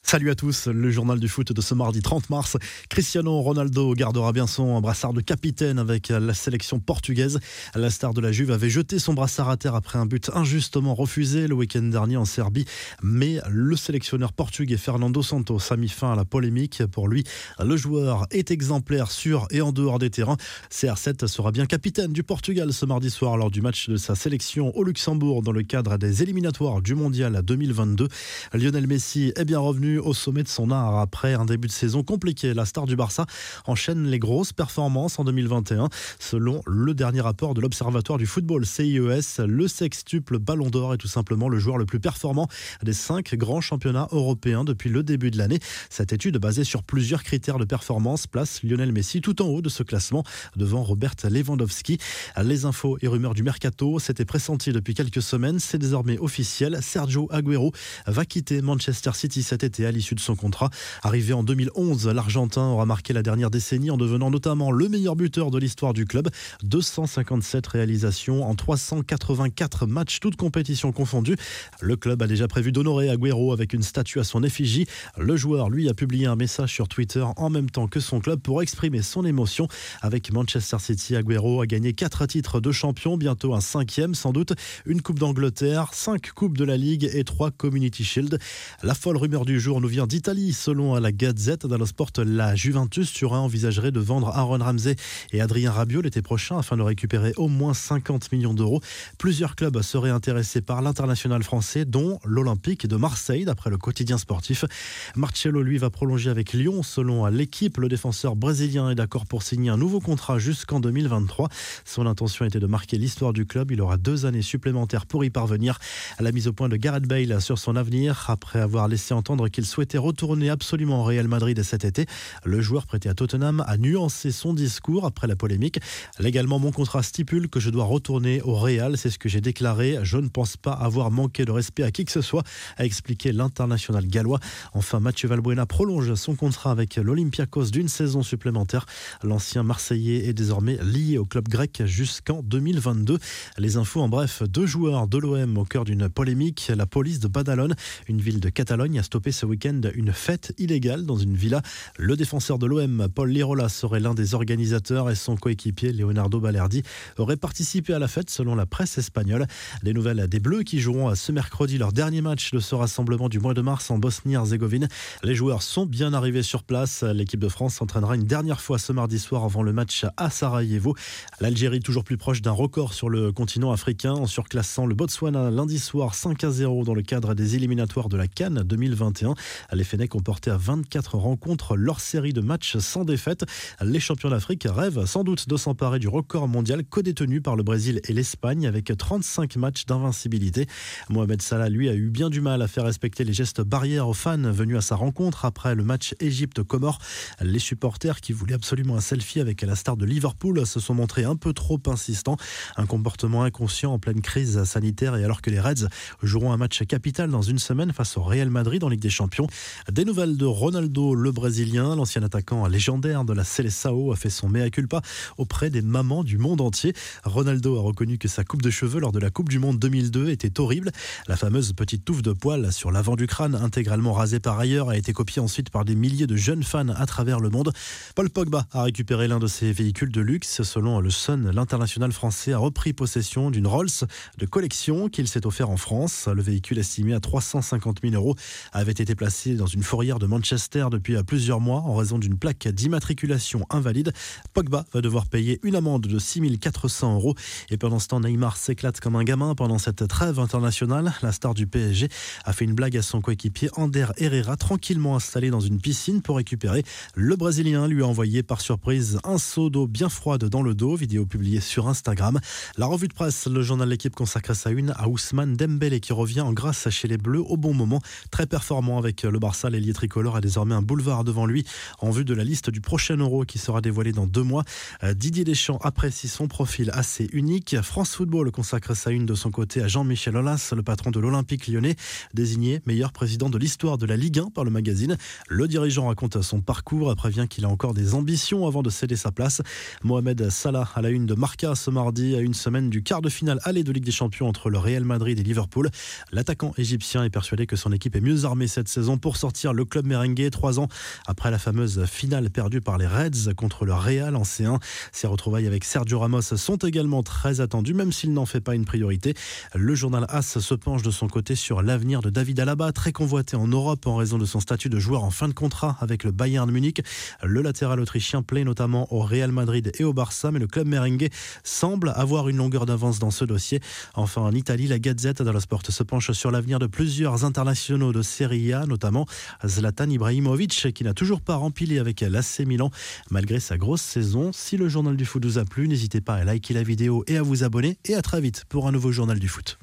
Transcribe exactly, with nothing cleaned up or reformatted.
Salut à tous, le journal du foot de ce mardi trente mars. Cristiano Ronaldo gardera bien son brassard de capitaine avec la sélection portugaise. La star de la Juve avait jeté son brassard à terre après un but injustement refusé le week-end dernier en Serbie. Mais le sélectionneur portugais Fernando Santos a mis fin à la polémique. Pour lui, le joueur est exemplaire sur et en dehors des terrains. C R sept sera bien capitaine du Portugal ce mardi soir lors du match de sa sélection au Luxembourg dans le cadre des éliminatoires du Mondial deux mille vingt-deux. Lionel Messi est bien revenu au sommet de son art après un début de saison compliqué. La star du Barça enchaîne les grosses performances en deux mille vingt et un. Selon le dernier rapport de l'Observatoire du football C I E S, le sextuple Ballon d'Or est tout simplement le joueur le plus performant des cinq grands championnats européens depuis le début de l'année. Cette étude basée sur plusieurs critères de performance place Lionel Messi tout en haut de ce classement devant Robert Lewandowski. Les infos et rumeurs du mercato s'étaient pressenties depuis quelques semaines. C'est désormais officiel. Sergio Agüero va quitter Manchester City cet été à l'issue de son contrat. Arrivé en deux mille onze, l'Argentin aura marqué la dernière décennie en devenant notamment le meilleur buteur de l'histoire du club. deux cent cinquante-sept réalisations en trois cent quatre-vingt-quatre matchs, toutes compétitions confondues. Le club a déjà prévu d'honorer Agüero avec une statue à son effigie. Le joueur, lui, a publié un message sur Twitter en même temps que son club pour exprimer son émotion. Avec Manchester City, Agüero a gagné quatre titres de champion, bientôt un cinquième sans doute, une Coupe d'Angleterre, cinq Coupes de la Ligue et trois Community Shield. La folle rumeur du jour nous vient d'Italie. Selon la Gazette dello Sport, la Juventus Turin envisagerait de vendre Aaron Ramsey et Adrien Rabiot l'été prochain afin de récupérer au moins cinquante millions d'euros. Plusieurs clubs seraient intéressés par l'international français, dont l'Olympique de Marseille, d'après le quotidien sportif. Marcelo, lui, va prolonger avec Lyon. Selon l'équipe, le défenseur brésilien est d'accord pour signer un nouveau contrat jusqu'en deux mille vingt-trois. Son intention était de marquer l'histoire du club. Il aura deux années supplémentaires pour y parvenir. À la mise au point de Gareth Bale sur son avenir, après avoir laissé entendre qu'il souhaitait retourner absolument au Real Madrid cet été, le joueur prêté à Tottenham a nuancé son discours après la polémique. Légalement, mon contrat stipule que je dois retourner au Real, c'est ce que j'ai déclaré. Je ne pense pas avoir manqué de respect à qui que ce soit, a expliqué l'international gallois. Enfin, Mathieu Valbuena prolonge son contrat avec l'Olympiakos d'une saison supplémentaire. L'ancien Marseillais est désormais lié au club grec jusqu'en deux mille vingt-deux. Les infos en bref, deux joueurs de l'O M au cœur d'une polémique. La police de Badalone, une ville de Catalogne, a stoppé ce week-end une fête illégale dans une villa. Le défenseur de l'O M, Paul Lirola, serait l'un des organisateurs et son coéquipier Leonardo Balerdi aurait participé à la fête selon la presse espagnole. Des nouvelles des Bleus qui joueront ce mercredi leur dernier match de ce rassemblement du mois de mars en Bosnie-Herzégovine. Les joueurs sont bien arrivés sur place. L'équipe de France s'entraînera une dernière fois ce mardi soir avant le match à Sarajevo. L'Algérie toujours plus proche d'un record sur le continent africain en surclassant le Botswana lundi soir cinq à zéro dans le cadre des éliminatoires de la CAN deux mille vingt et un. Les Fennecs ont porté à vingt-quatre rencontres leur série de matchs sans défaite. Les champions d'Afrique rêvent sans doute de s'emparer du record mondial codétenu par le Brésil et l'Espagne avec trente-cinq matchs d'invincibilité. Mohamed Salah, lui, a eu bien du mal à faire respecter les gestes barrières aux fans venus à sa rencontre après le match Égypte-Comores. Les supporters qui voulaient absolument un selfie avec la star de Liverpool se sont montrés un peu trop insistants. Un comportement inconscient en pleine crise sanitaire et alors que les Reds joueront un match capital dans une semaine face au Real Madrid en Ligue des Champions. Des nouvelles de Ronaldo, le Brésilien, l'ancien attaquant légendaire de la Seleção, a fait son mea culpa auprès des mamans du monde entier. Ronaldo a reconnu que sa coupe de cheveux lors de la Coupe du Monde deux mille deux était horrible. La fameuse petite touffe de poils sur l'avant du crâne, intégralement rasée par ailleurs, a été copiée ensuite par des milliers de jeunes fans à travers le monde. Paul Pogba a récupéré l'un de ses véhicules de luxe. Selon le Sun, l'international français a repris possession d'une Rolls de collection qu'il s'est offert en France. Le véhicule estimé à trois cent cinquante mille euros avait été placé dans une fourrière de Manchester depuis plusieurs mois en raison d'une plaque d'immatriculation invalide. Pogba va devoir payer une amende de six mille quatre cents euros. Et pendant ce temps, Neymar s'éclate comme un gamin pendant cette trêve internationale. La star du P S G a fait une blague à son coéquipier Ander Herrera, tranquillement installé dans une piscine pour récupérer. Le Brésilien lui a envoyé par surprise un seau d'eau bien froide dans le dos, vidéo publiée sur Instagram. La revue de presse, le journal L'Équipe consacre sa une à Ousmane Dembélé qui revient en grâce chez les Bleus au bon moment. Très performant avec le Barça, l'ailier tricolore a désormais un boulevard devant lui en vue de la liste du prochain Euro qui sera dévoilée dans deux mois. Didier Deschamps apprécie son profil assez unique. France Football consacre sa une de son côté à Jean-Michel Aulas, le patron de l'Olympique lyonnais, désigné meilleur président de l'histoire de la Ligue un par le magazine. Le dirigeant raconte son parcours et prévient qu'il a encore des ambitions avant de céder sa place. Mohamed Salah à la une de Marca ce mardi, à une semaine du quart de finale aller de Ligue des Champions entre le Real Madrid et Liverpool. L'attaquant égyptien est persuadé que son équipe est mieux armée cette saison saison pour sortir le club merengue trois ans après la fameuse finale perdue par les Reds contre le Real en C un. Ses retrouvailles avec Sergio Ramos sont également très attendues, même s'il n'en fait pas une priorité. Le journal AS se penche de son côté sur l'avenir de David Alaba, très convoité en Europe en raison de son statut de joueur en fin de contrat avec le Bayern Munich. Le latéral autrichien plaît notamment au Real Madrid et au Barça, mais le club merengue semble avoir une longueur d'avance dans ce dossier. Enfin, en Italie, la Gazette dello Sport se penche sur l'avenir de plusieurs internationaux de Serie A, notamment Zlatan Ibrahimovic, qui n'a toujours pas rempli avec l'A C Milan malgré sa grosse saison. Si le journal du foot vous a plu, n'hésitez pas à liker la vidéo et à vous abonner. Et à très vite pour un nouveau journal du foot.